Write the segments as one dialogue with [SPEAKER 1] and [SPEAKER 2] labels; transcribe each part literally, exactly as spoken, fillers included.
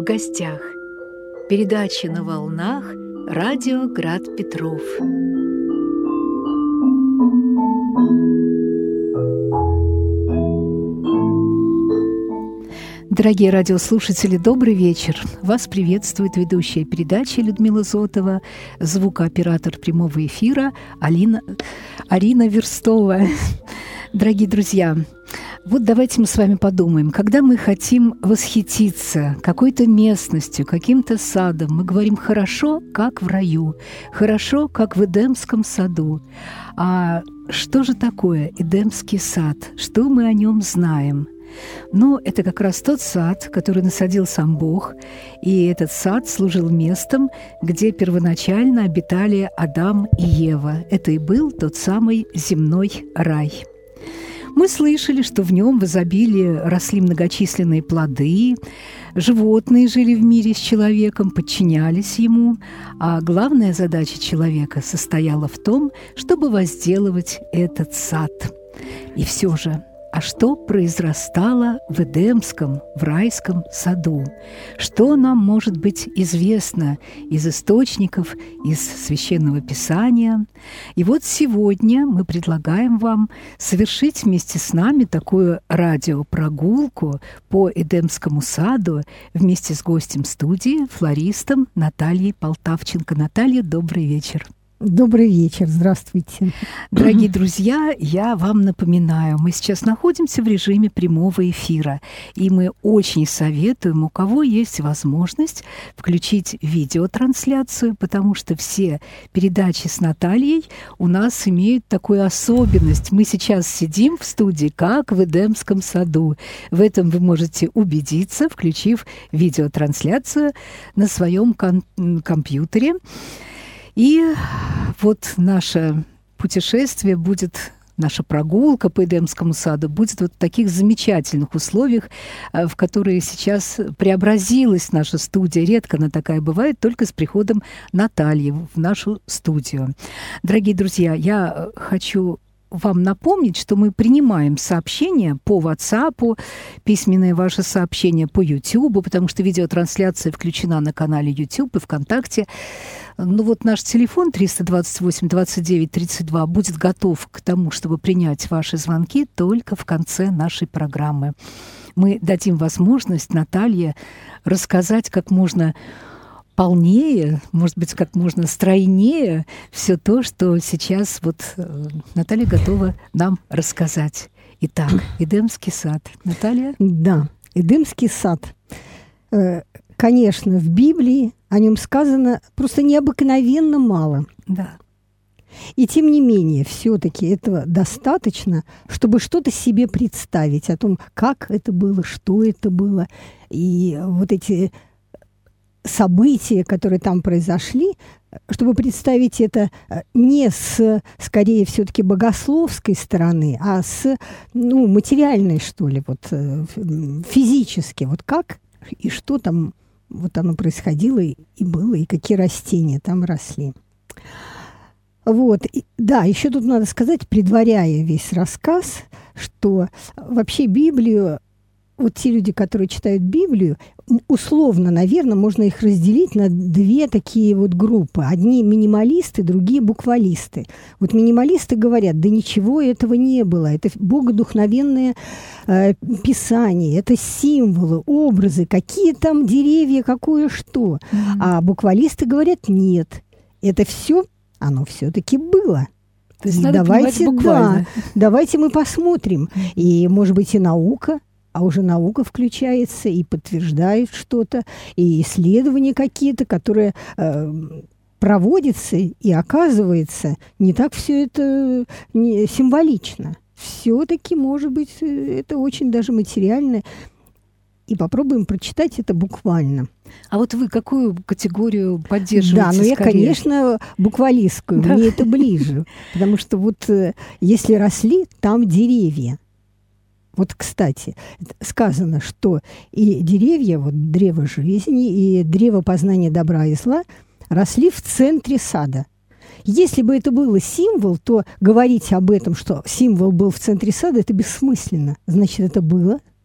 [SPEAKER 1] гостях». Передача на волнах «Радио Град Петров». Дорогие радиослушатели, добрый вечер. Вас приветствует ведущая передачи Людмила Зотова, звукооператор прямого эфира Алина, Арина Верстова. Дорогие друзья, вот давайте мы с вами подумаем, когда мы хотим восхититься какой-то местностью, каким-то садом, мы говорим «хорошо, как в раю», «хорошо, как в Эдемском саду». А что же такое Эдемский сад? Что мы о нем знаем? Но это как раз тот сад, который насадил сам Бог, и этот сад служил местом, где первоначально обитали Адам и Ева. Это и был тот самый земной рай. Мы слышали, что в нем в изобилии росли многочисленные плоды, животные жили в мире с человеком, подчинялись ему, а главная задача человека состояла в том, чтобы возделывать этот сад. И все же, а что произрастало в Эдемском, в райском саду? Что нам может быть известно из источников, из Священного Писания? И вот сегодня мы предлагаем вам совершить вместе с нами такую радиопрогулку по Эдемскому саду вместе с гостем студии, флористом Натальей Полтавченко. Наталья, добрый вечер.
[SPEAKER 2] Добрый вечер, здравствуйте.
[SPEAKER 1] Дорогие друзья, я вам напоминаю, мы сейчас находимся в режиме прямого эфира, и мы очень советуем, у кого есть возможность, включить видеотрансляцию, потому что все передачи с Натальей у нас имеют такую особенность. Мы сейчас сидим в студии, как в Эдемском саду. В этом вы можете убедиться, включив видеотрансляцию на своем ком- компьютере. И вот наше путешествие будет, наша прогулка по Эдемскому саду будет вот в таких замечательных условиях, в которые сейчас преобразилась наша студия. Редко она такая бывает, только с приходом Натальи в нашу студию. Дорогие друзья, я хочу вам напомнить, что мы принимаем сообщения по WhatsApp, письменные ваши сообщения по YouTube, потому что видеотрансляция включена на канале YouTube и ВКонтакте. Ну вот наш телефон триста двадцать восемь двадцать девять тридцать два будет готов к тому, чтобы принять ваши звонки только в конце нашей программы. Мы дадим возможность Наталье рассказать как можно полнее, может быть, как можно стройнее все то, что сейчас вот Наталья готова нам рассказать. Итак, Эдемский сад. Наталья?
[SPEAKER 2] Да, Эдемский сад. Конечно, в Библии о нем сказано просто необыкновенно мало.
[SPEAKER 1] Да.
[SPEAKER 2] И тем не менее, все-таки этого достаточно, чтобы что-то себе представить о том, как это было, что это было. И вот эти события, которые там произошли, чтобы представить это не с, скорее, все-таки богословской стороны, а с, ну, материальной, что ли, вот, физически. Вот как и что там вот оно происходило и было, и какие растения там росли. Вот. И, да, еще тут надо сказать, предваряя весь рассказ, что вообще Библию, вот те люди, которые читают Библию, условно, наверное, можно их разделить на две такие вот группы. Одни минималисты, другие буквалисты. Вот минималисты говорят, да ничего этого не было. Это богодухновенное э, писание, это символы, образы, какие там деревья, какое что. Mm-hmm. А буквалисты говорят, нет, это все, оно все-таки было.
[SPEAKER 1] То есть надо давайте,
[SPEAKER 2] да, давайте мы посмотрим. И, может быть, и наука, а уже наука включается и подтверждает что-то, и исследования какие-то, которые э, проводятся, и оказывается, не так все это не символично. Все-таки, может быть, это очень даже материально. И попробуем прочитать это буквально.
[SPEAKER 1] А вот вы какую категорию поддерживаете?
[SPEAKER 2] Да, ну я,
[SPEAKER 1] скорее?
[SPEAKER 2] конечно, буквалистскую,
[SPEAKER 1] да.
[SPEAKER 2] Мне это ближе. Потому что вот если росли там деревья, вот, кстати, сказано, что и деревья, вот древо жизни, и древо познания добра и зла росли в центре сада. Если бы это был символ, то говорить об этом, что символ был в центре сада, это бессмысленно. Значит, это было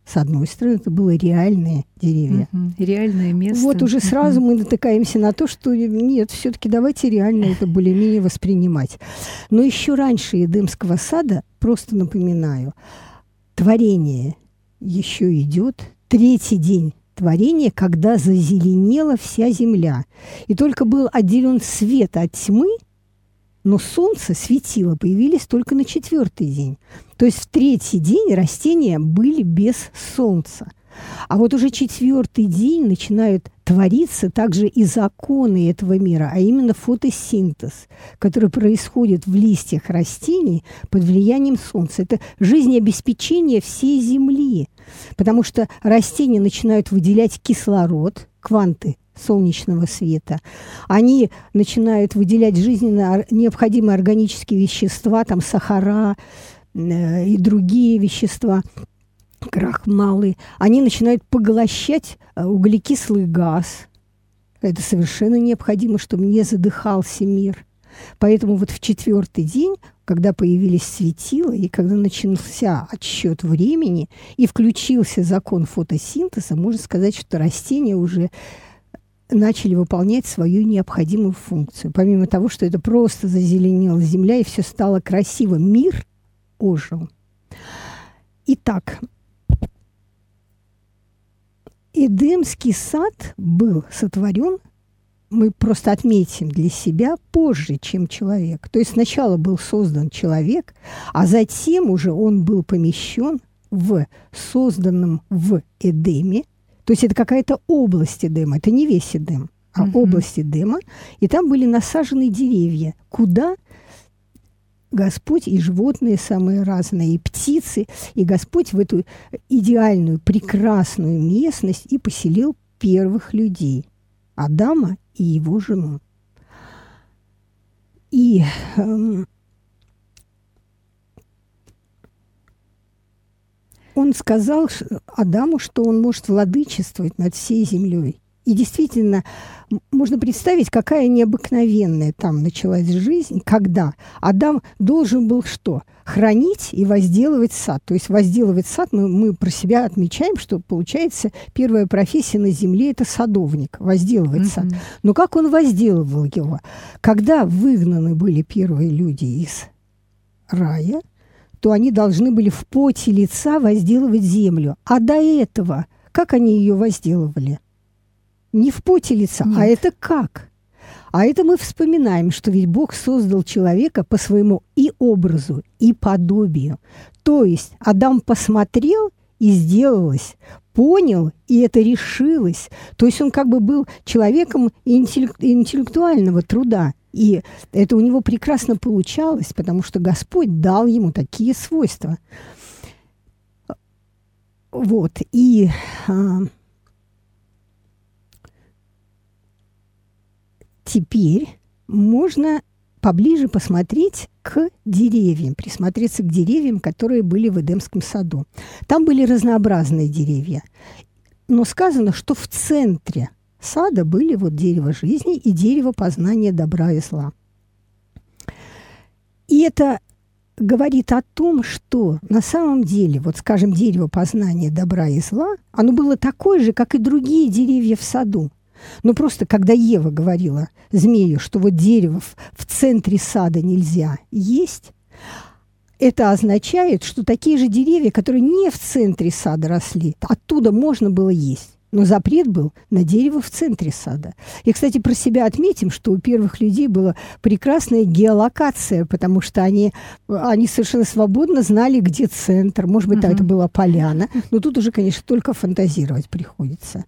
[SPEAKER 2] С одной стороны, это было реальные деревья.
[SPEAKER 1] Mm-hmm. Реальное место.
[SPEAKER 2] Вот уже сразу mm-hmm. мы натыкаемся на то, что нет, все-таки давайте реально это более-менее воспринимать. Но еще раньше Эдемского сада, просто напоминаю, творение еще идет, третий день творения, когда зазеленела вся земля. И только был отделен свет от тьмы, но солнце светило, появились только на четвертый день. То есть в третий день растения были без солнца. А вот уже четвертый день начинают твориться также и законы этого мира, а именно фотосинтез, который происходит в листьях растений под влиянием солнца. Это жизнеобеспечение всей Земли, потому что растения начинают выделять кислород, кванты солнечного света. Они начинают выделять жизненно необходимые органические вещества, там сахара э, и другие вещества, крахмалы. Они начинают поглощать э, углекислый газ. Это совершенно необходимо, чтобы не задыхался мир. Поэтому вот в четвертый день, когда появились светила, и когда начался отсчет времени, и включился закон фотосинтеза, можно сказать, что растения уже начали выполнять свою необходимую функцию. Помимо того, что это просто зазеленела земля, и все стало красиво, мир ожил. Итак, Эдемский сад был сотворен, мы просто отметим для себя, позже, чем человек. То есть сначала был создан человек, а затем уже он был помещен в созданном в Эдеме. То есть это какая-то область Эдема, это не весь Эдем, а uh-huh. область Эдема. И там были насажены деревья, куда Господь и животные самые разные, и птицы, и Господь в эту идеальную, прекрасную местность и поселил первых людей, Адама и его жену. И эм, он сказал Адаму, что он может владычествовать над всей землей. И действительно, можно представить, какая необыкновенная там началась жизнь, когда Адам должен был что? Хранить и возделывать сад. То есть возделывать сад, мы, мы про себя отмечаем, что, получается, первая профессия на земле – это садовник, возделывать mm-hmm. сад. Но как он возделывал его? Когда выгнаны были первые люди из рая, то они должны были в поте лица возделывать землю. А до этого как они ее возделывали? Не в поте лица, Нет. а это как? А это мы вспоминаем, что ведь Бог создал человека по своему и образу, и подобию. То есть Адам посмотрел, и сделалось, понял, и это решилось. То есть он как бы был человеком интеллектуального труда. И это у него прекрасно получалось, потому что Господь дал ему такие свойства. Вот, и... Теперь можно поближе посмотреть к деревьям, присмотреться к деревьям, которые были в Эдемском саду. Там были разнообразные деревья. Но сказано, что в центре сада были вот дерево жизни и дерево познания добра и зла. И это говорит о том, что на самом деле, вот скажем, дерево познания добра и зла, оно было такое же, как и другие деревья в саду. Но просто когда Ева говорила змею, что вот дерево в, в центре сада нельзя есть, это означает, что такие же деревья, которые не в центре сада росли, оттуда можно было есть. Но запрет был на дерево в центре сада. И, кстати, про себя отметим, что у первых людей была прекрасная геолокация, потому что они, они совершенно свободно знали, где центр. Может быть, uh-huh. это была поляна. Но тут уже, конечно, только фантазировать приходится.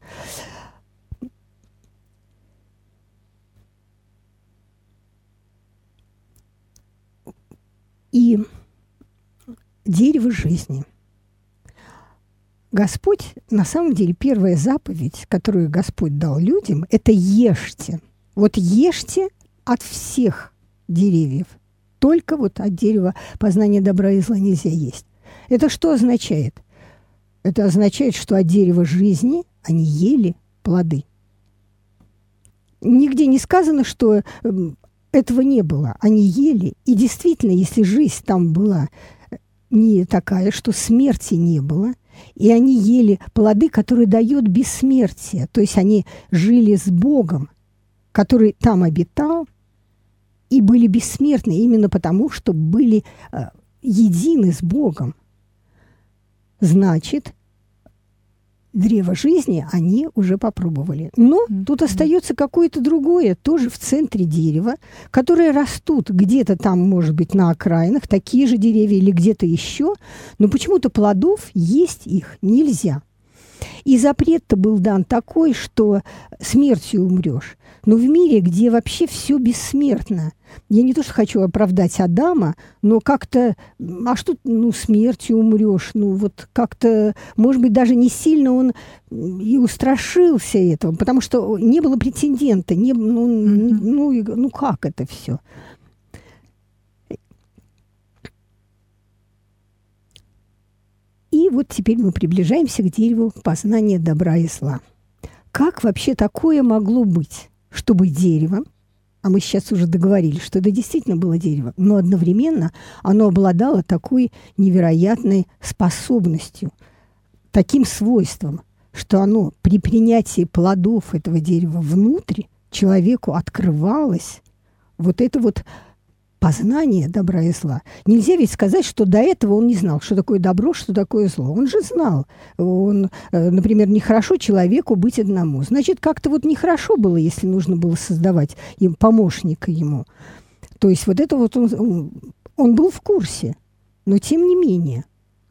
[SPEAKER 2] И дерево жизни. Господь, на самом деле, первая заповедь, которую Господь дал людям, это ешьте. Вот ешьте от всех деревьев. Только вот от дерева познания добра и зла нельзя есть. Это что означает? Это означает, что от дерева жизни они ели плоды. Нигде не сказано, что этого не было. Они ели. И действительно, если жизнь там была не такая, что смерти не было, И они ели плоды, которые дают бессмертие. То есть они жили с Богом, который там обитал, и были бессмертны именно потому, что были э, едины с Богом. Значит, древо жизни они уже попробовали. Но mm-hmm. тут остается какое-то другое, тоже в центре дерева, которые растут где-то там, может быть, на окраинах, такие же деревья или где-то еще, но почему-то плодов есть их нельзя. И запрет-то был дан такой, что смертью умрешь. Но в мире, где вообще все бессмертно, я не то что хочу оправдать Адама, но как-то, а что, ну, смертью умрешь, ну, вот как-то, может быть, даже не сильно он и устрашился этого, потому что не было претендента, не, ну, mm-hmm. ну, ну, как это все? И вот теперь мы приближаемся к дереву познания добра и зла. Как вообще такое могло быть, чтобы дерево, а мы сейчас уже договорились, что это действительно было дерево, но одновременно оно обладало такой невероятной способностью, таким свойством, что оно при принятии плодов этого дерева внутрь человеку открывалось вот это вот познание добра и зла. Нельзя ведь сказать, что до этого он не знал, что такое добро, что такое зло. Он же знал. Он, например, нехорошо человеку быть одному. Значит, как-то вот нехорошо было, если нужно было создавать им помощника ему. То есть вот это вот он, он был в курсе. Но тем не менее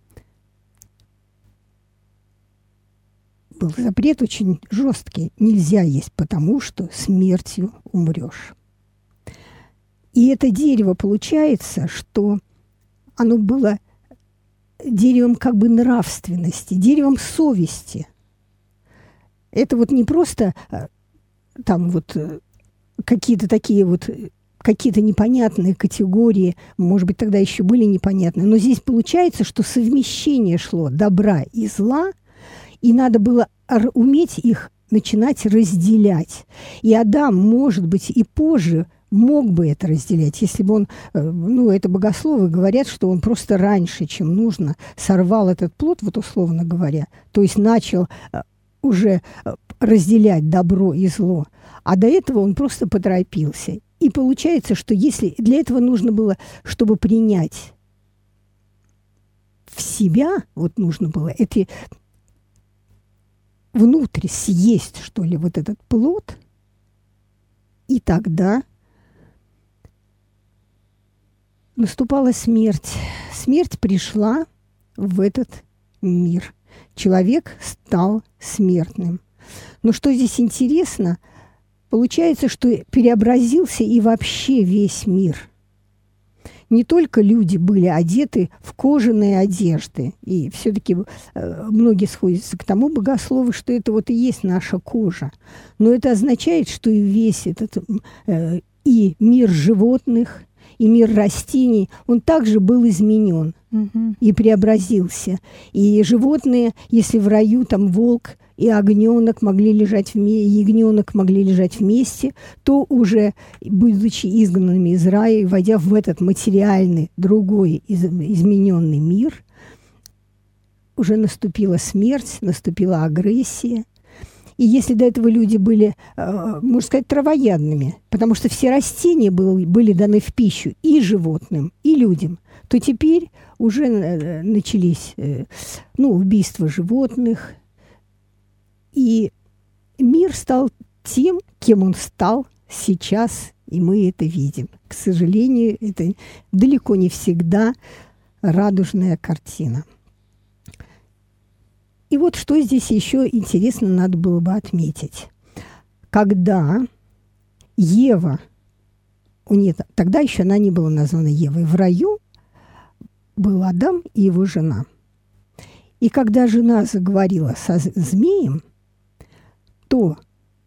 [SPEAKER 2] был запрет очень жесткий. Нельзя есть, потому что смертью умрешь. И это дерево, получается, что оно было деревом как бы нравственности, деревом совести. Это вот не просто там вот какие-то такие вот, какие-то непонятные категории, может быть, тогда еще были непонятные, но здесь получается, что совмещение шло добра и зла, и надо было уметь их начинать разделять. И Адам, может быть, и позже мог бы это разделять, если бы он, ну, это богословы говорят, что он просто раньше, чем нужно, сорвал этот плод, вот условно говоря, то есть начал уже разделять добро и зло, а до этого он просто поторопился. И получается, что если для этого нужно было, чтобы принять в себя, вот нужно было эти внутрь съесть, что ли, вот этот плод, и тогда наступала смерть. Смерть пришла в этот мир. Человек стал смертным. Но что здесь интересно, получается, что переобразился и вообще весь мир. Не только люди были одеты в кожаные одежды, и все-таки э, многие сходятся к тому богослову, что это вот и есть наша кожа. Но это означает, что и весь этот э, и мир животных, и мир растений, он также был изменен mm-hmm. и преобразился. И животные, если в раю там волк и огненок могли лежать вместе, ягненок могли лежать вместе, то уже, будучи изгнанными из рая, войдя в этот материальный, другой, из, измененный мир, уже наступила смерть, наступила агрессия. И если до этого люди были, можно сказать, травоядными, потому что все растения были, были даны в пищу и животным, и людям, то теперь уже начались ну, убийства животных, и мир стал тем, кем он стал сейчас, и мы это видим. К сожалению, это далеко не всегда радужная картина. И вот что здесь еще интересно надо было бы отметить. Когда Ева, нет, тогда еще она не была названа Евой, в раю был Адам и его жена. И когда жена заговорила со змеем, то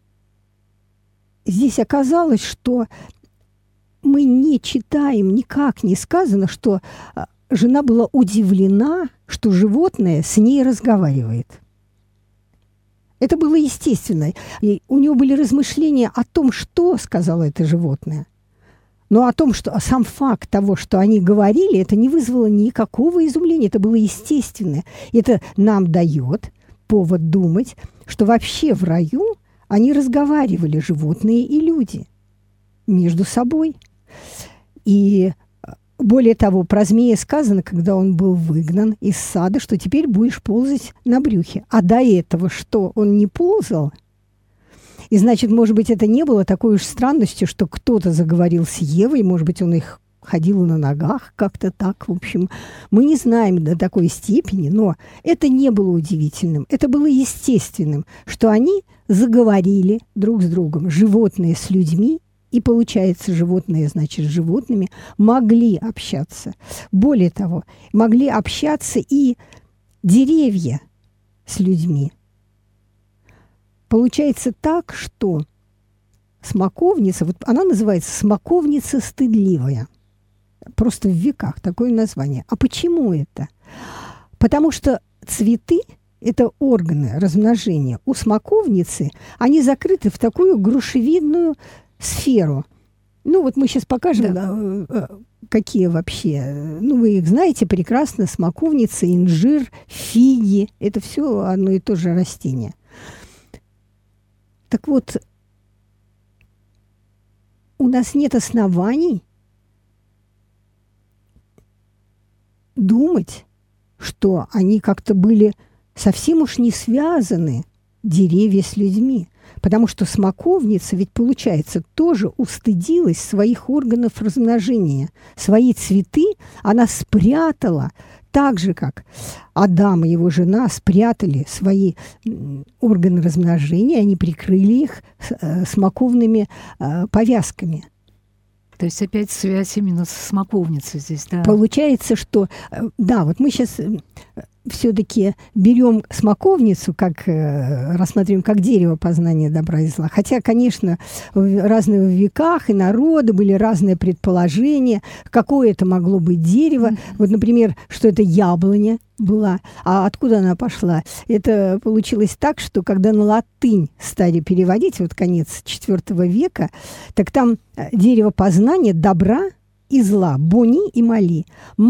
[SPEAKER 2] здесь оказалось, что мы не читаем, никак не сказано, что жена была удивлена, что животное с ней разговаривает. Это было естественно. И у него были размышления о том, что сказала это животное. Но о том, что сам факт того, что они говорили, это не вызвало никакого изумления, это было естественно. Это нам дает повод думать, что вообще в раю они разговаривали, животные и люди, между собой. И более того, про змея сказано, когда он был выгнан из сада, что теперь будешь ползать на брюхе. А до этого что, он не ползал? И значит, может быть, это не было такой уж странностью, что кто-то заговорил с Евой, может быть, он их ходил на ногах как-то так. В общем, мы не знаем до такой степени, но это не было удивительным. Это было естественным, что они заговорили друг с другом, животные с людьми, и, получается, животные, значит, с животными могли общаться. Более того, могли общаться и деревья с людьми. Получается так, что смоковница, вот она называется смоковница стыдливая. Просто в веках такое название. А почему это? Потому что цветы – это органы размножения. У смоковницы они закрыты в такую грушевидную сферу. Ну, вот мы сейчас покажем, да. Какие вообще. Ну, вы их знаете прекрасно. Смоковница, инжир, фиги – это все одно и то же растение. Так вот, у нас нет оснований думать, что они как-то были совсем уж не связаны, деревья с людьми. Потому что смоковница, ведь, получается, тоже устыдилась своих органов размножения. Свои цветы она спрятала, так же, как Адам и его жена спрятали свои органы размножения, они прикрыли их смоковными повязками.
[SPEAKER 1] То есть опять связь именно с смоковницей здесь, да?
[SPEAKER 2] Получается, что, да, вот мы сейчас все-таки берем смоковницу, как рассматриваем как дерево познания добра и зла. Хотя, конечно, в разных веках и народы были разные предположения, какое это могло быть дерево. Mm-hmm. Вот, например, что это яблоня была. А откуда она пошла? Это получилось так, что когда на латынь стали переводить, вот конец четвёртого века, так там дерево познания добра и зла, бони и мали.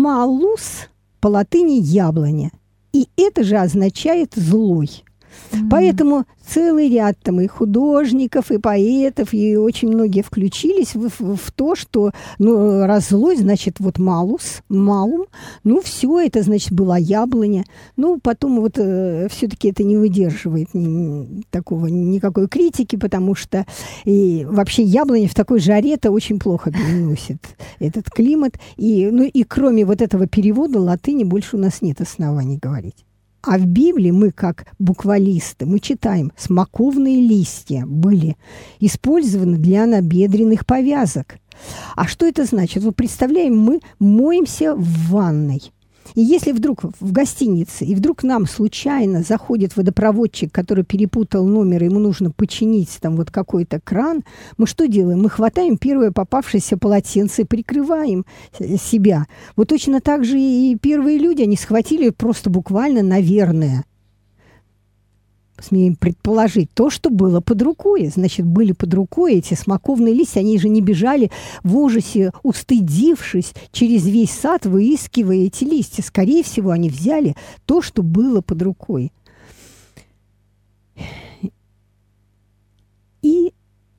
[SPEAKER 2] Малус по латыни яблоня. И это же означает злой. Mm-hmm. Поэтому целый ряд там и художников, и поэтов, и очень многие включились в, в, в то, что ну, раз злой, значит, вот малус, малум, ну, все это, значит, была яблоня. Ну, потом вот э, все-таки это не выдерживает ни, такого, никакой критики, потому что и вообще яблоня в такой жаре-то очень плохо переносит этот климат. И, ну, и кроме вот этого перевода латыни больше у нас нет оснований говорить. А в Библии мы, как буквалисты, мы читаем, смоковные листья были использованы для набедренных повязок. А что это значит? Вот представляем, мы моемся в ванной. И если вдруг в гостинице, и вдруг к нам случайно заходит водопроводчик, который перепутал номер, ему нужно починить там вот какой-то кран, мы что делаем? Мы хватаем первое попавшееся полотенце и прикрываем себя. Вот точно так же и первые люди, они схватили просто буквально, наверное, смеем предположить, то, что было под рукой. Значит, были под рукой эти смоковные листья. Они же не бежали в ужасе, устыдившись через весь сад, выискивая эти листья. Скорее всего, они взяли то, что было под рукой. И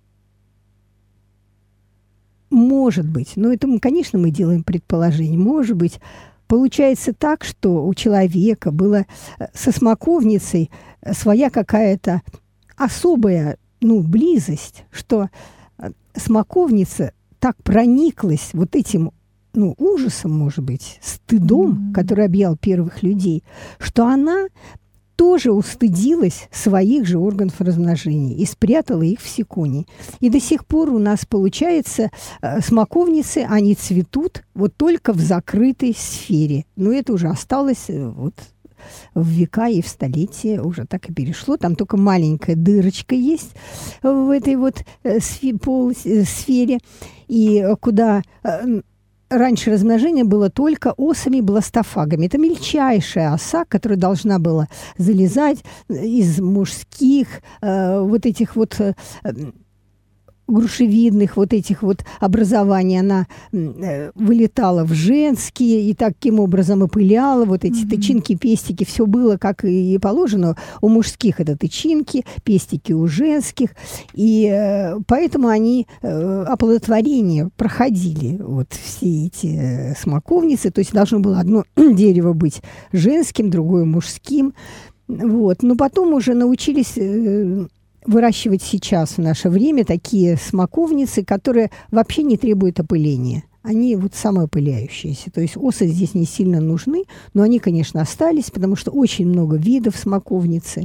[SPEAKER 2] может быть, но это, конечно, мы делаем предположение, может быть, получается так, что у человека было со смоковницей своя какая-то особая, ну, близость, что смоковница так прониклась вот этим, ну, ужасом, может быть, стыдом, mm-hmm. который объял первых людей, что она тоже устыдилась своих же органов размножения и спрятала их в секуне. И до сих пор у нас, получается, смоковницы, они цветут вот только в закрытой сфере. Но это уже осталось вот в века и в столетия, уже так и перешло. Там только маленькая дырочка есть в этой вот сфере, и куда... Раньше размножение было только осами-бластофагами. Это мельчайшая оса, которая должна была залезать из мужских э, вот этих вот э, грушевидных вот этих вот образований, она э, вылетала в женские и таким образом опыляла вот эти mm-hmm. тычинки, пестики, все было как и положено. У мужских это тычинки, пестики у женских, и э, поэтому они э, оплодотворение проходили, вот все эти э, смоковницы, то есть должно было одно дерево быть женским, другое мужским, вот. Но потом уже научились э, выращивать сейчас в наше время такие смоковницы, которые вообще не требуют опыления. Они вот самоопыляющиеся. То есть осы здесь не сильно нужны, но они, конечно, остались, потому что очень много видов смоковницы.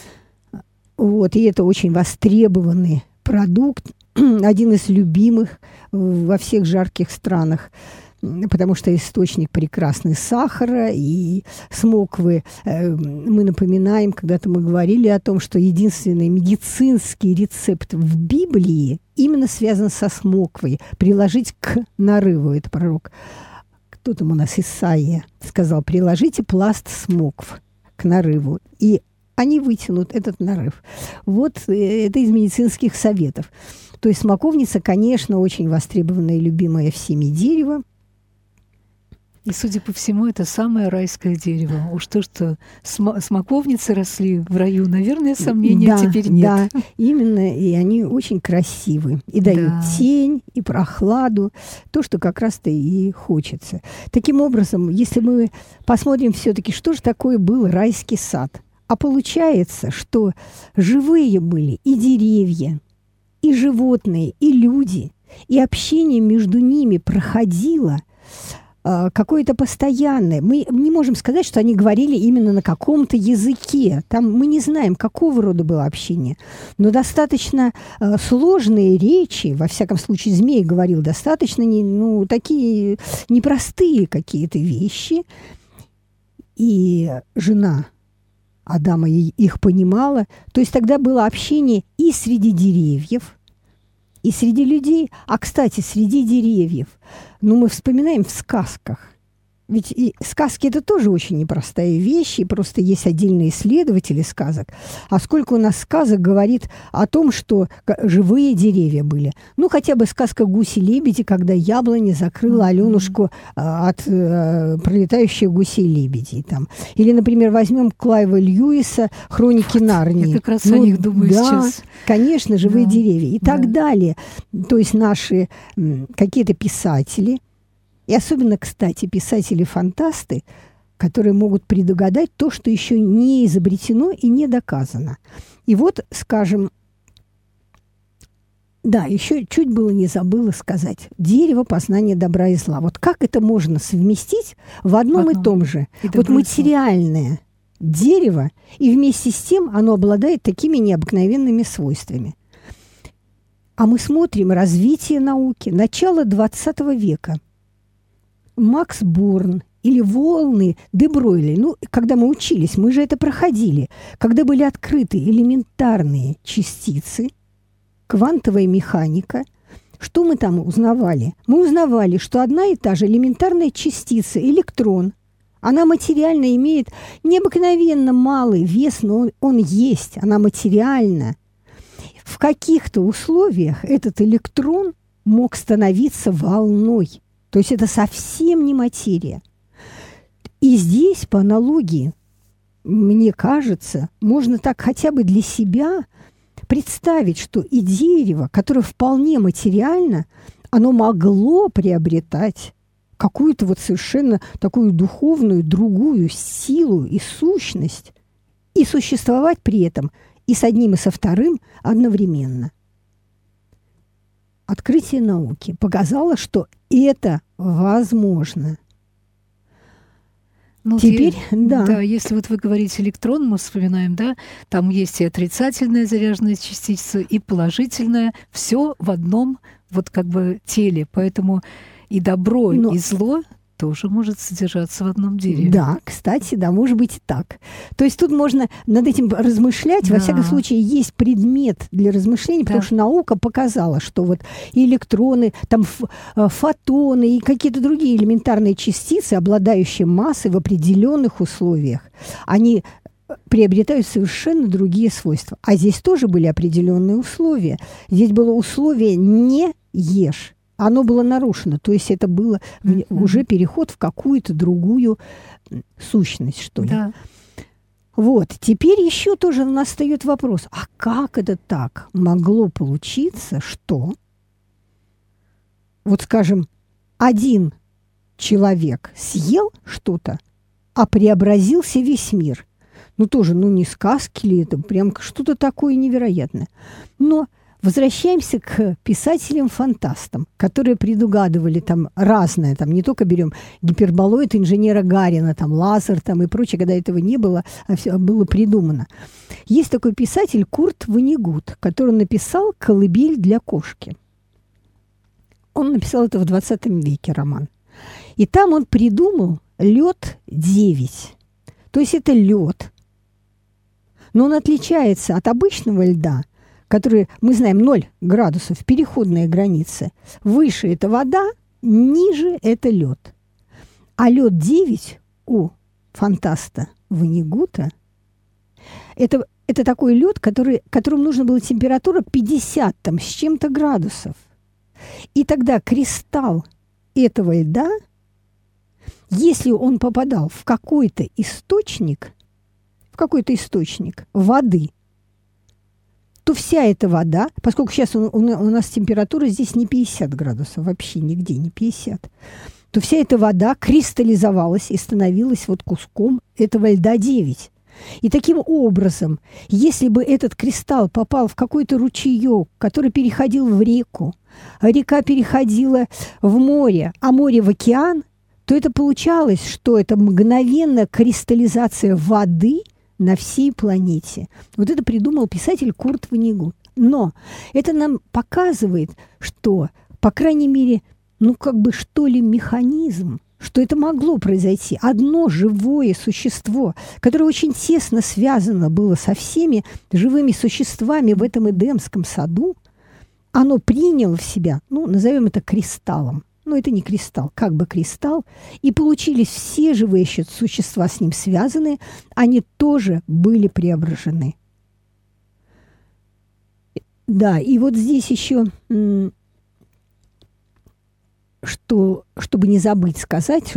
[SPEAKER 2] Вот, и это очень востребованный продукт, один из любимых во всех жарких странах, потому что источник прекрасный сахара и смоквы. Мы напоминаем, когда-то мы говорили о том, что единственный медицинский рецепт в Библии именно связан со смоквой. Приложить к нарыву, это пророк. Кто там у нас, Исаия, сказал, приложите пласт смокв к нарыву, и они вытянут этот нарыв. Вот это из медицинских советов. То есть смоковница, конечно, очень востребованное и любимое всеми дерево.
[SPEAKER 1] И, судя по всему, это самое райское дерево. Уж то, что см- смоковницы росли в раю, наверное, сомнений
[SPEAKER 2] да,
[SPEAKER 1] теперь нет.
[SPEAKER 2] Да, именно, и они очень красивы. И дают да. тень, и прохладу. То, что как раз-то и хочется. Таким образом, если мы посмотрим все-таки, что же такое был райский сад. А получается, что живые были и деревья, и животные, и люди, и общение между ними проходило какое-то постоянное. Мы не можем сказать, что они говорили именно на каком-то языке. Там мы не знаем, какого рода было общение. Но достаточно э, сложные речи, во всяком случае, змей говорил достаточно не, ну, такие непростые какие-то вещи. И жена Адама их понимала. То есть тогда было общение и среди деревьев, и среди людей. А, кстати, среди деревьев, ну, мы вспоминаем в сказках. Ведь и сказки – это тоже очень непростая вещь, и просто есть отдельные исследователи сказок. А сколько у нас сказок говорит о том, что живые деревья были. Ну, хотя бы сказка «Гуси-лебеди», когда яблоня закрыла mm-hmm. Аленушку а, от а, пролетающих гусей-лебедей. Там. Или, например, возьмем Клайва Льюиса «Хроники вот, Нарнии».
[SPEAKER 1] Я как раз
[SPEAKER 2] ну,
[SPEAKER 1] о них думаю
[SPEAKER 2] да,
[SPEAKER 1] сейчас.
[SPEAKER 2] Конечно, живые
[SPEAKER 1] да.
[SPEAKER 2] деревья. И да. так далее. То есть наши м, какие-то писатели, и особенно, кстати, писатели-фантасты, которые могут предугадать то, что еще не изобретено и не доказано. И вот, скажем, да, еще чуть было не забыла сказать. Дерево познания добра и зла. Вот как это можно совместить в одном, в одном. и том же? И вот материальное дерево, и вместе с тем оно обладает такими необыкновенными свойствами. А мы смотрим развитие науки, начало двадцатого века. Макс Борн или волны де Бройли, ну, когда мы учились, мы же это проходили, когда были открыты элементарные частицы, квантовая механика, что мы там узнавали? Мы узнавали, что одна и та же элементарная частица, электрон, она материально имеет необыкновенно малый вес, но он, он есть, она материальна. В каких-то условиях этот электрон мог становиться волной. То есть это совсем не материя. И здесь, по аналогии, мне кажется, можно так хотя бы для себя представить, что и дерево, которое вполне материально, оно могло приобретать какую-то вот совершенно такую духовную, другую силу и сущность, и существовать при этом и с одним, и со вторым одновременно. Открытие науки показало, что это возможно.
[SPEAKER 1] Ну,
[SPEAKER 2] Теперь,
[SPEAKER 1] я,
[SPEAKER 2] да.
[SPEAKER 1] да, если вот вы говорите электрон, мы вспоминаем, да, там есть и отрицательная заряженная частица, и положительная, все в одном вот как бы теле, поэтому и добро, Но... и зло тоже может содержаться в одном дереве.
[SPEAKER 2] Да, кстати, да, может быть и так. То есть тут можно над этим размышлять. Да. Во всяком случае, есть предмет для размышлений, да. потому что наука показала, что вот и электроны, там фотоны и какие-то другие элементарные частицы, обладающие массой в определенных условиях, они приобретают совершенно другие свойства. А здесь тоже были определенные условия. Здесь было условие «не ешь». Оно было нарушено. То есть это было mm-hmm. уже переход в какую-то другую сущность, что ли.
[SPEAKER 1] Да.
[SPEAKER 2] Вот. Теперь еще тоже настает вопрос, а как это так могло получиться, что, вот скажем, один человек съел что-то, а преобразился весь мир. Ну, тоже, ну, не сказки ли это, прям что-то такое невероятное. Но возвращаемся к писателям-фантастам, которые предугадывали там разное, там не только берем гиперболоид инженера Гарина, там лазер там и прочее, когда этого не было, а все было придумано. Есть такой писатель Курт Воннегут, который написал «Колыбель для кошки». Он написал это в двадцатом веке, роман. И там он придумал лед девять. То есть это лед, но он отличается от обычного льда, который, мы знаем, ноль градусов, переходная граница. Выше это вода, ниже это лед. А лед девять у фантаста Воннегута это, это такой лед, который, которому нужно было температура пятьдесят там, с чем-то градусов. И тогда кристалл этого льда, если он попадал в какой-то источник, в какой-то источник воды, то вся эта вода, поскольку сейчас у, у нас температура здесь не пятьдесят градусов, вообще нигде не пятьдесят, то вся эта вода кристаллизовалась и становилась вот куском этого льда девять. И таким образом, если бы этот кристалл попал в какой-то ручеек, который переходил в реку, а река переходила в море, а море в океан, то это получалось, что это мгновенная кристаллизация воды на всей планете. Вот это придумал писатель Курт Воннегут. Но это нам показывает, что, по крайней мере, ну как бы что ли механизм, что это могло произойти. Одно живое существо, которое очень тесно связано было со всеми живыми существами в этом Эдемском саду, оно приняло в себя, ну, назовем это кристаллом. Но это не кристалл, как бы кристалл. И получились все живые существа с ним связанные, они тоже были преображены. Да, и вот здесь еще, что, чтобы не забыть сказать,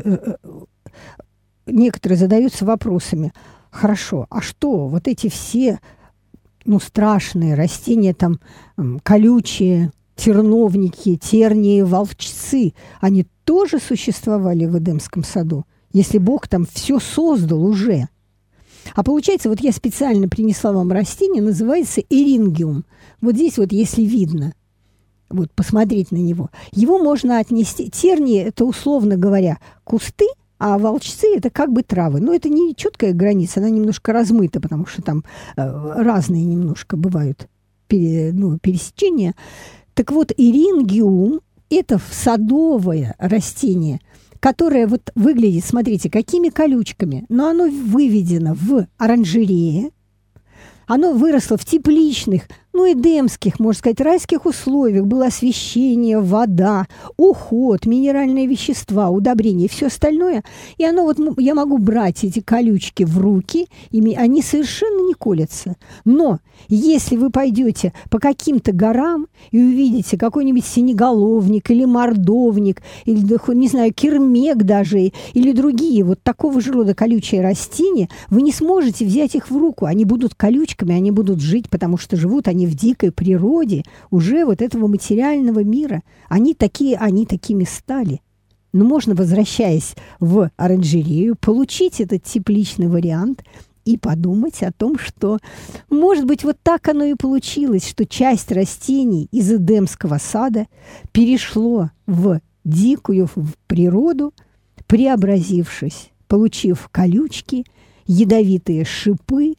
[SPEAKER 2] некоторые задаются вопросами. Хорошо, а что, вот эти все, ну, страшные растения, там, колючие, терновники, тернии, волчцы, они тоже существовали в Эдемском саду, если Бог там все создал уже. А получается, вот я специально принесла вам растение, называется эрингиум. Вот здесь вот, если видно, вот посмотреть на него, его можно отнести, тернии, это, условно говоря, кусты, а волчцы – это как бы травы. Но это не четкая граница, она немножко размыта, потому что там э, разные немножко бывают пере, ну, пересечения. Так вот, эрингиум – это садовое растение, которое вот выглядит, смотрите, какими колючками, но оно выведено в оранжерее, оно выросло в тепличных, ну, эдемских, можно сказать, райских условиях. Было освещение, вода, уход, минеральные вещества, удобрения и все остальное. И оно вот, я могу брать эти колючки в руки, и они совершенно не колятся. Но если вы пойдете по каким-то горам и увидите какой-нибудь синеголовник или мордовник, или, не знаю, кирмек даже, или другие вот такого же рода колючие растения, вы не сможете взять их в руку. Они будут колючками, они будут жить, потому что живут они в дикой природе уже вот этого материального мира. Они такие, они такими стали. Но можно, возвращаясь в оранжерею, получить этот тепличный вариант и подумать о том, что, может быть, вот так оно и получилось, что часть растений из Эдемского сада перешло в дикую в природу, преобразившись, получив колючки, ядовитые шипы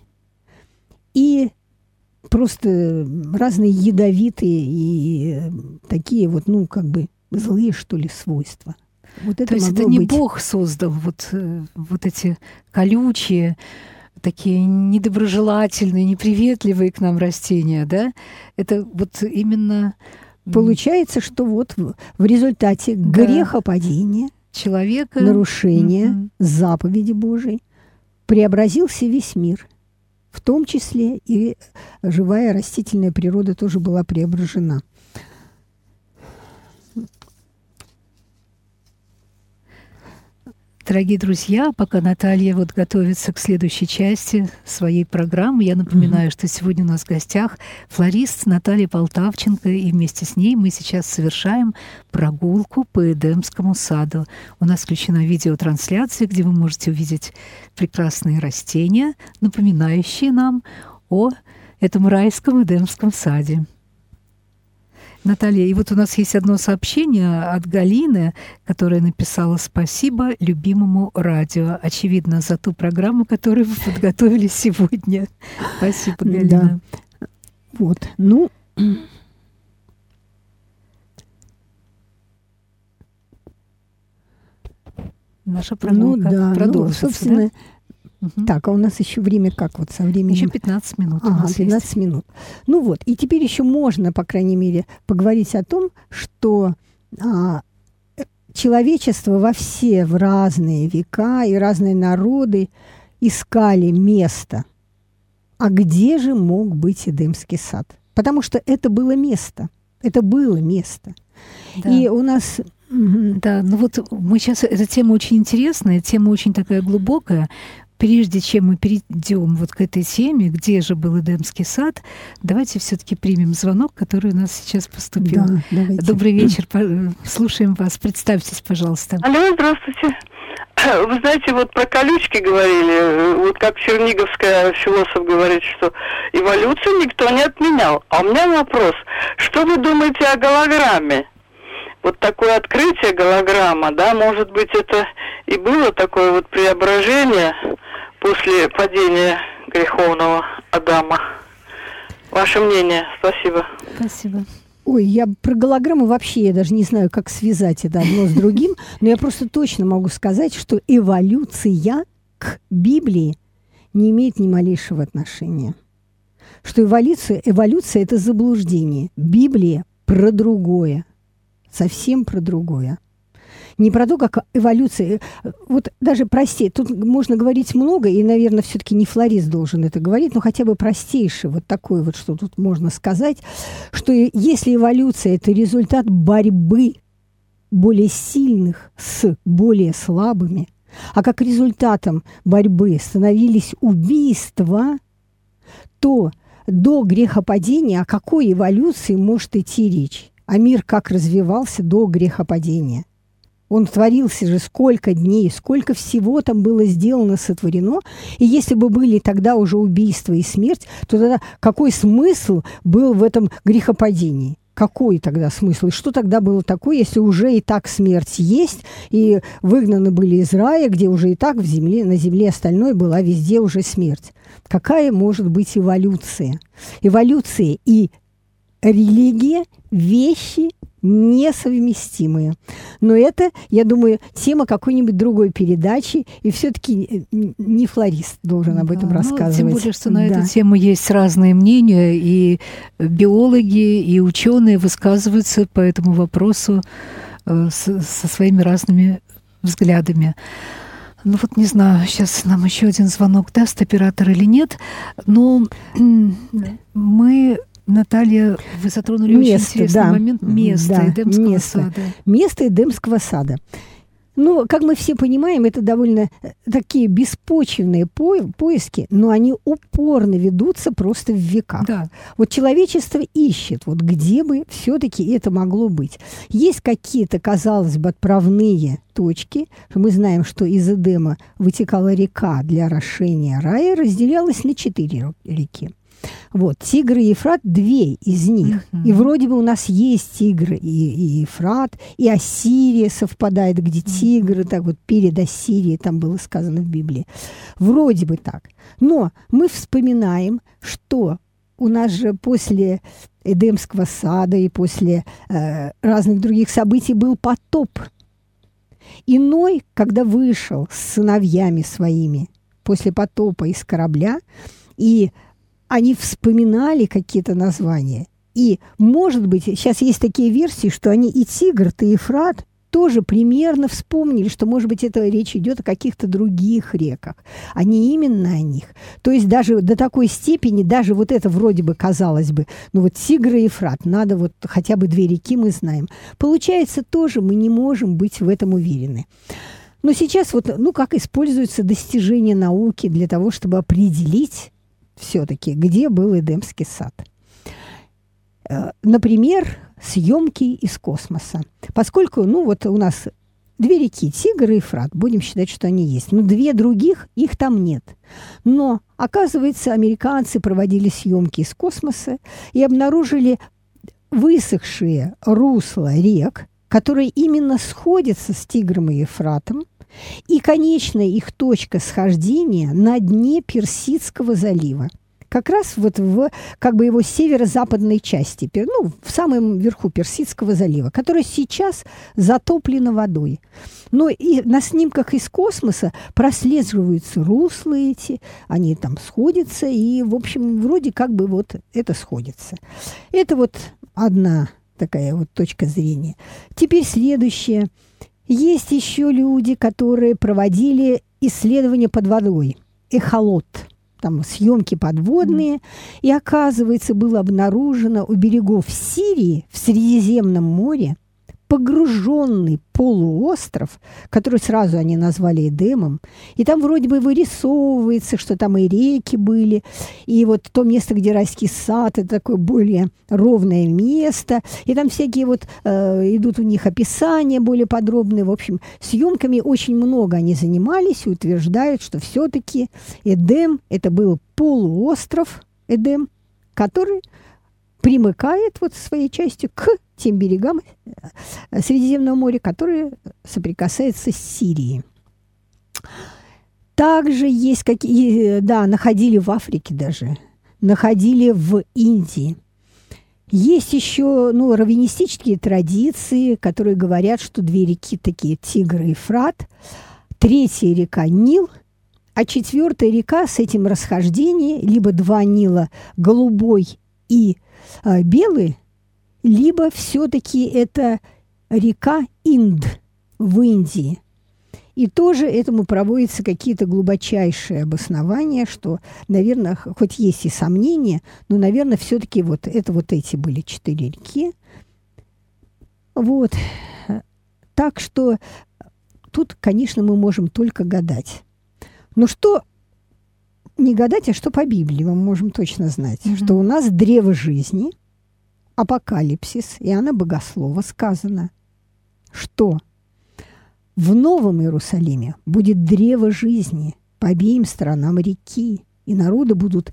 [SPEAKER 2] и просто разные ядовитые и такие вот, ну, как бы злые, что ли, свойства. Вот это
[SPEAKER 1] То есть это не
[SPEAKER 2] быть...
[SPEAKER 1] Бог создал вот, вот эти колючие, такие недоброжелательные, неприветливые к нам растения, да? Это вот именно...
[SPEAKER 2] Получается, что вот в, в результате да. грехопадения,
[SPEAKER 1] человека,
[SPEAKER 2] нарушения
[SPEAKER 1] mm-hmm.
[SPEAKER 2] заповеди Божией преобразился весь мир. В том числе и живая растительная природа тоже была преображена.
[SPEAKER 1] Дорогие друзья, пока Наталья вот готовится к следующей части своей программы, я напоминаю, mm-hmm. что сегодня у нас в гостях флорист Наталья Полтавченко, и вместе с ней мы сейчас совершаем прогулку по Эдемскому саду. У нас включена видеотрансляция, где вы можете увидеть прекрасные растения, напоминающие нам о этом райском Эдемском саде. Наталья, и вот у нас есть одно сообщение от Галины, которая написала «Спасибо любимому радио». Очевидно, за ту программу, которую вы подготовили сегодня. Спасибо, Галина.
[SPEAKER 2] Да. Вот, ну...
[SPEAKER 1] Наша прогулка
[SPEAKER 2] ну, да,
[SPEAKER 1] продолжится,
[SPEAKER 2] ну, собственно,
[SPEAKER 1] да? Угу.
[SPEAKER 2] Так, а у нас еще время как вот со временем?
[SPEAKER 1] Еще пятнадцать минут.
[SPEAKER 2] Ага, пятнадцать есть. Минут. Ну вот, и теперь еще можно, по крайней мере, поговорить о том, что а, человечество во все в разные века и разные народы искали место. А где же мог быть Эдемский сад? Потому что это было место. Это было место. Да. И у нас...
[SPEAKER 1] Да, ну вот мы сейчас... Эта тема очень интересная, тема очень такая глубокая. Прежде чем мы перейдем вот к этой теме, где же был Эдемский сад, давайте все-таки примем звонок, который у нас сейчас поступил.
[SPEAKER 2] Да, давайте.
[SPEAKER 1] Добрый вечер, слушаем вас. Представьтесь, пожалуйста.
[SPEAKER 3] Алло, здравствуйте. Вы знаете, вот про колючки говорили, вот как Черниговская философ говорит, что эволюцию никто не отменял. А у меня вопрос, что вы думаете о голограмме? Вот такое открытие голограмма, да, может быть, это и было такое вот преображение после падения греховного Адама. Ваше мнение? Спасибо.
[SPEAKER 1] Спасибо.
[SPEAKER 2] Ой, я про голограмму вообще, я даже не знаю, как связать это одно с другим, но я просто точно могу сказать, что эволюция к Библии не имеет ни малейшего отношения. Что эволюция, эволюция – это заблуждение. Библия про другое. Совсем про другое. Не про то, как эволюция... Вот даже прости, тут можно говорить много, и, наверное, все-таки не флорист должен это говорить, но хотя бы простейшее, вот такое вот, что тут можно сказать, что если эволюция – это результат борьбы более сильных с более слабыми, а как результатом борьбы становились убийства, то до грехопадения о какой эволюции может идти речь? А мир как развивался до грехопадения? Он творился же сколько дней, сколько всего там было сделано, сотворено. И если бы были тогда уже убийства и смерть, то тогда какой смысл был в этом грехопадении? Какой тогда смысл? И что тогда было такое, если уже и так смерть есть, и выгнаны были из рая, где уже и так в земле, на земле остальное была везде уже смерть? Какая может быть эволюция? Эволюция и религия – вещи несовместимые. Но это, я думаю, тема какой-нибудь другой передачи, и все-таки не флорист должен об этом да, рассказывать.
[SPEAKER 1] Ну, тем более, что на
[SPEAKER 2] да.
[SPEAKER 1] эту тему есть разные мнения, и биологи, и ученые высказываются по этому вопросу э, со, со своими разными взглядами. Ну вот не знаю, сейчас нам еще один звонок даст оператор или нет, но мы... Наталья, вы затронули место, очень интересный да, момент. Место да, Эдемского место, сада.
[SPEAKER 2] Место Эдемского сада. Ну, как мы все понимаем, это довольно такие беспочвенные по- поиски, но они упорно ведутся просто в веках. Да. Вот человечество ищет, вот где бы все-таки это могло быть. Есть какие-то, казалось бы, отправные точки. Мы знаем, что из Эдема вытекала река для орошения рая, разделялась на четыре реки. Вот, Тигр и Ефрат, две из них. Mm-hmm. И вроде бы у нас есть Тигр и, и Ефрат, и Ассирия совпадает, где Тигр, mm-hmm. так вот перед Ассирией там было сказано в Библии. Вроде бы так. Но мы вспоминаем, что у нас же после Эдемского сада и после э, разных других событий был потоп. И Ной, когда вышел с сыновьями своими после потопа из корабля, и они вспоминали какие-то названия. И, может быть, сейчас есть такие версии, что они и Тигр, и Ефрат тоже примерно вспомнили, что, может быть, это речь идет о каких-то других реках, а не именно о них. То есть даже до такой степени, даже вот это вроде бы казалось бы, ну вот Тигр и Ефрат, надо вот хотя бы две реки мы знаем. Получается, тоже мы не можем быть в этом уверены. Но сейчас вот, ну, как используются достижения науки для того, чтобы определить все-таки, где был Эдемский сад. Например, съемки из космоса. Поскольку, ну, вот у нас две реки, Тигр и Ефрат, будем считать, что они есть. Но две других, их там нет. Но, оказывается, американцы проводили съемки из космоса и обнаружили высохшие русла рек, которые именно сходятся с Тигром и Ефратом, и конечная их точка схождения на дне Персидского залива. Как раз вот в как бы его северо-западной части, ну, в самом верху Персидского залива, которая сейчас затоплена водой. Но и на снимках из космоса прослеживаются русла эти, они там сходятся, и, в общем, вроде как бы вот это сходится. Это вот одна такая вот точка зрения. Теперь следующее. Есть еще люди, которые проводили исследования под водой, эхолот, там съемки подводные, и, оказывается, было обнаружено у берегов Сирии в Средиземном море погруженный полуостров, который сразу они назвали Эдемом, и там вроде бы вырисовывается, что там и реки были, и вот то место, где райский сад, это такое более ровное место, и там всякие вот э, идут у них описания более подробные, в общем, съемками очень много они занимались и утверждают, что все-таки Эдем – это был полуостров Эдем, который примыкает вот своей частью к тем берегам Средиземного моря, которые соприкасаются с Сирией. Также есть какие, да, находили в Африке даже, находили в Индии. Есть еще, ну, раввинистические традиции, которые говорят, что две реки такие, Тигр и Ефрат, третья река Нил, а четвертая река с этим расхождением, либо два Нила, голубой и а, белый, либо все-таки это река Инд в Индии. И тоже этому проводятся какие-то глубочайшие обоснования, что, наверное, хоть есть и сомнения, но, наверное, все-таки вот это вот эти были четыре реки. Вот. Так что тут, конечно, мы можем только гадать. Но что не гадать, а что по Библии мы можем точно знать, mm-hmm. что у нас древо жизни, Апокалипсис, Иоанна Богослова сказано, что в Новом Иерусалиме будет древо жизни по обеим сторонам реки, и народы будут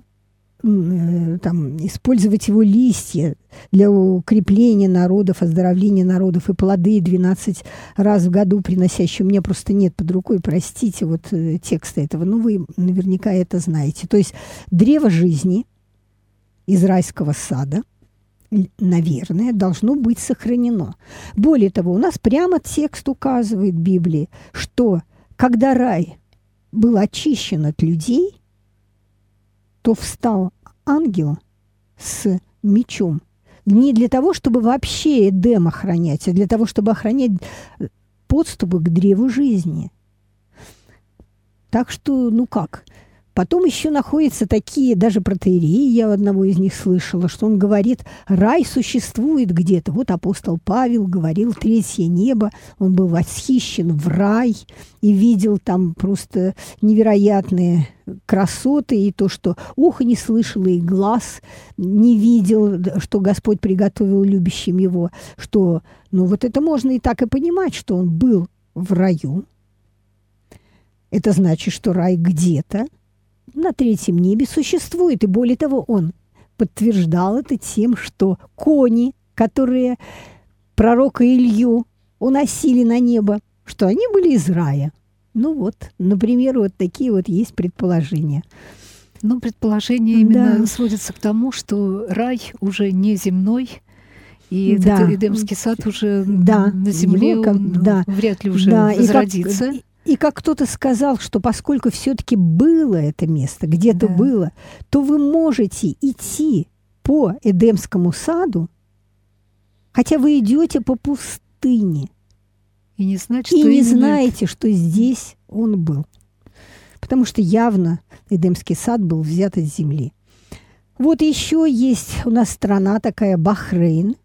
[SPEAKER 2] э, там, использовать его листья для укрепления народов, оздоровления народов, и плоды двенадцать раз в году приносящие. У меня просто нет под рукой, простите, вот э, текста этого, но вы наверняка это знаете. То есть древо жизни из райского сада, наверное, должно быть сохранено. Более того, у нас прямо текст указывает в Библии, что когда рай был очищен от людей, то встал ангел с мечом не для того, чтобы вообще Эдем охранять, а для того, чтобы охранять подступы к древу жизни. Так что, ну как... Потом еще находятся такие, даже протоиереи, я одного из них слышала, что он говорит, рай существует где-то. Вот апостол Павел говорил, третье небо, он был восхищен в рай и видел там просто невероятные красоты, и то, что ухо не слышало, и глаз не видел, что Господь приготовил любящим его, что, ну вот это можно и так и понимать, что он был в раю. Это значит, что рай где-то на третьем небе существует. И более того, он подтверждал это тем, что кони, которые пророка Илью уносили на небо, что они были из рая. Ну вот, например, вот такие вот есть предположения.
[SPEAKER 1] Но предположение именно
[SPEAKER 2] да.
[SPEAKER 1] сводится к тому, что рай уже не земной, и
[SPEAKER 2] да.
[SPEAKER 1] этот Эдемский сад уже
[SPEAKER 2] да.
[SPEAKER 1] на земле
[SPEAKER 2] как,
[SPEAKER 1] он
[SPEAKER 2] да.
[SPEAKER 1] вряд ли уже
[SPEAKER 2] да.
[SPEAKER 1] возродится.
[SPEAKER 2] И как, И как кто-то сказал, что поскольку все-таки было это место, где-то да. было, то вы можете идти по Эдемскому саду, хотя вы идете по пустыне.
[SPEAKER 1] И не знать, что
[SPEAKER 2] И не
[SPEAKER 1] именно...
[SPEAKER 2] знаете, что здесь он был. Потому что явно Эдемский сад был взят от земли. Вот еще есть у нас страна такая, Бахрейн,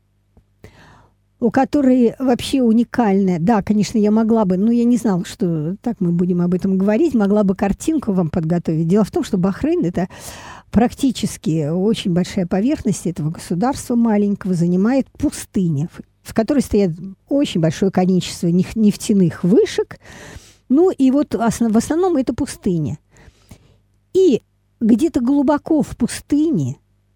[SPEAKER 2] у которой вообще уникальная. Да, конечно, я могла бы, но я не знала, что так мы будем об этом говорить, могла бы картинку вам подготовить. Дело в том, что Бахрейн – это практически очень большая поверхность этого государства маленького, занимает пустыня, в которой стоят очень большое количество нефтяных вышек. Ну и вот в основном это пустыня. И где-то глубоко в пустыне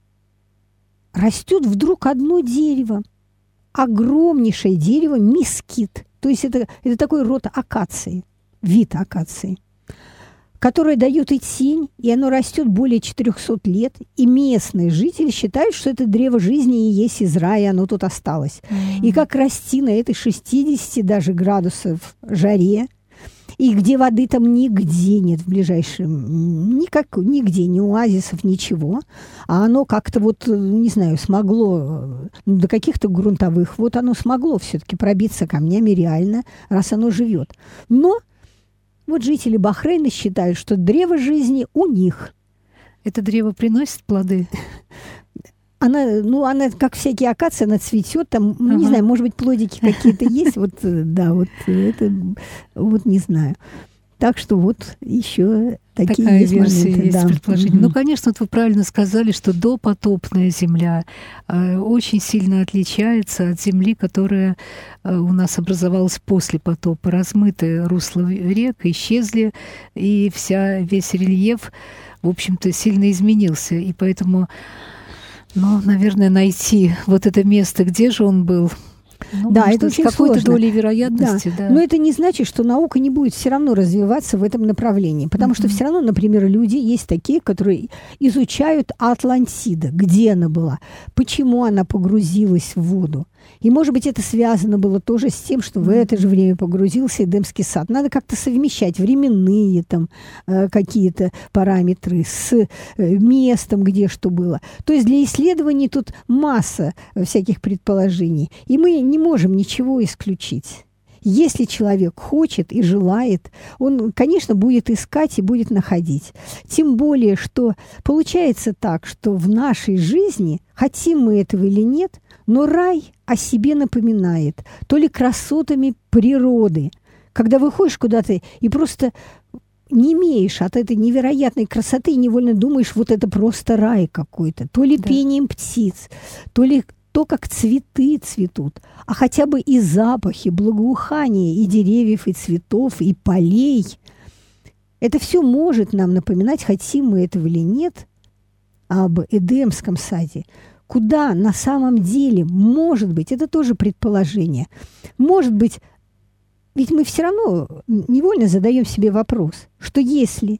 [SPEAKER 2] растет вдруг одно дерево, огромнейшее дерево мескит. То есть это, это такой род акации, вид акации, которое дает и тень, и оно растет более четырехсот лет. И местные жители считают, что это древо жизни и есть из рая, оно тут осталось. Mm-hmm. И как расти на этой шестидесяти даже градусов жаре, и где воды там нигде нет в ближайшем, никак, нигде, ни оазисов, ничего. А оно как-то вот, не знаю, смогло, ну, до каких-то грунтовых, вот оно смогло все-таки пробиться камнями реально, раз оно живет. Но вот жители Бахрейна считают, что древо жизни у них.
[SPEAKER 1] Это древо приносит плоды?
[SPEAKER 2] Она, ну, она, как всякие акации, она цветет, там, ну, ага. не знаю, может быть, плодики какие-то есть, вот, да, вот это, вот не знаю. Так что вот еще такие
[SPEAKER 1] Такая
[SPEAKER 2] есть
[SPEAKER 1] версия
[SPEAKER 2] моменты.
[SPEAKER 1] есть,
[SPEAKER 2] да.
[SPEAKER 1] предположение.
[SPEAKER 2] Mm-hmm.
[SPEAKER 1] Ну, конечно, вот вы правильно сказали, что допотопная земля э, очень сильно отличается от земли, которая э, у нас образовалась после потопа. Размытые русла рек исчезли, и вся, весь рельеф, в общем-то, сильно изменился. И поэтому, ну, наверное, найти вот это место, где же он был... Ну,
[SPEAKER 2] да, это очень
[SPEAKER 1] какой-то
[SPEAKER 2] сложно.
[SPEAKER 1] долей вероятности, да.
[SPEAKER 2] да. Но это не значит, что наука не будет все равно развиваться в этом направлении. Потому mm-hmm. что все равно, например, люди есть такие, которые изучают Атлантида, где она была, почему она погрузилась в воду. И, может быть, это связано было тоже с тем, что в это же время погрузился Эдемский сад. Надо как-то совмещать временные там э, какие-то параметры с э, местом, где что было. То есть для исследований тут масса всяких предположений. И мы не можем ничего исключить. Если человек хочет и желает, он, конечно, будет искать и будет находить. Тем более, что получается так, что в нашей жизни, хотим мы этого или нет, но рай о себе напоминает, то ли красотами природы. Когда выходишь куда-то и просто не имеешь от этой невероятной красоты и невольно думаешь, вот это просто рай какой-то. То ли да. пением птиц, то ли то, как цветы цветут, а хотя бы и запахи, благоухания и деревьев, и цветов, и полей. Это все может нам напоминать, хотим мы этого или нет, об Эдемском саде. Куда на самом деле, может быть, это тоже предположение, может быть, ведь мы все равно невольно задаем себе вопрос, что если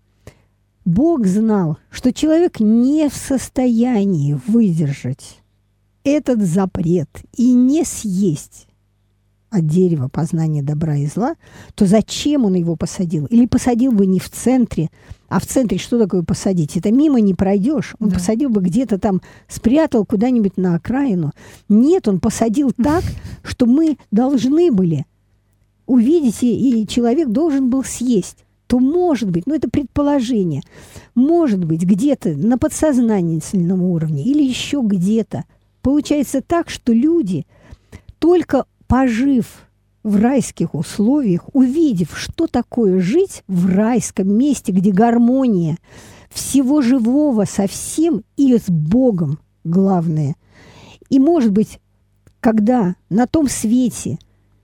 [SPEAKER 2] Бог знал, что человек не в состоянии выдержать этот запрет и не съесть от дерева познания добра и зла, то зачем он его посадил? Или посадил бы не в центре, а в центре что такое посадить? Это мимо не пройдешь. Он да. посадил бы где-то там, спрятал куда-нибудь на окраину. Нет, он посадил так, что мы должны были увидеть, и человек должен был съесть. То может быть, ну это предположение, может быть где-то на подсознательном уровне или еще где-то получается так, что люди, только пожив в райских условиях, увидев, что такое жить в райском месте, где гармония всего живого со всем и с Богом, главное. И, может быть, когда на том свете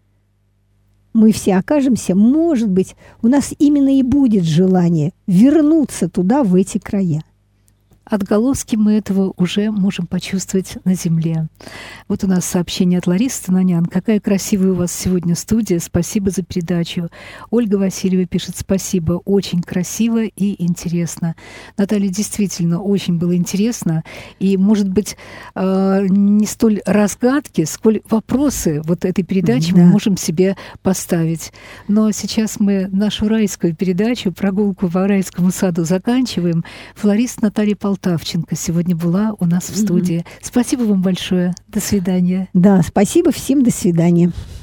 [SPEAKER 2] мы все окажемся, может быть, у нас именно и будет желание вернуться туда, в эти края.
[SPEAKER 1] Отголоски мы этого уже можем почувствовать на земле. Вот у нас сообщение от Ларисы Тананян. Какая красивая у вас сегодня студия. Спасибо за передачу. Ольга Васильева пишет: спасибо. Очень красиво и интересно. Наталья, действительно, очень было интересно. И, может быть, не столь разгадки, сколь вопросы вот этой передачи да. мы можем себе поставить. Но сейчас мы нашу райскую передачу, прогулку по райскому саду, заканчиваем. Флорист Наталья Полтавченко сегодня была у нас в студии. Mm-hmm. Спасибо вам большое. До свидания.
[SPEAKER 2] Да, спасибо всем. До свидания.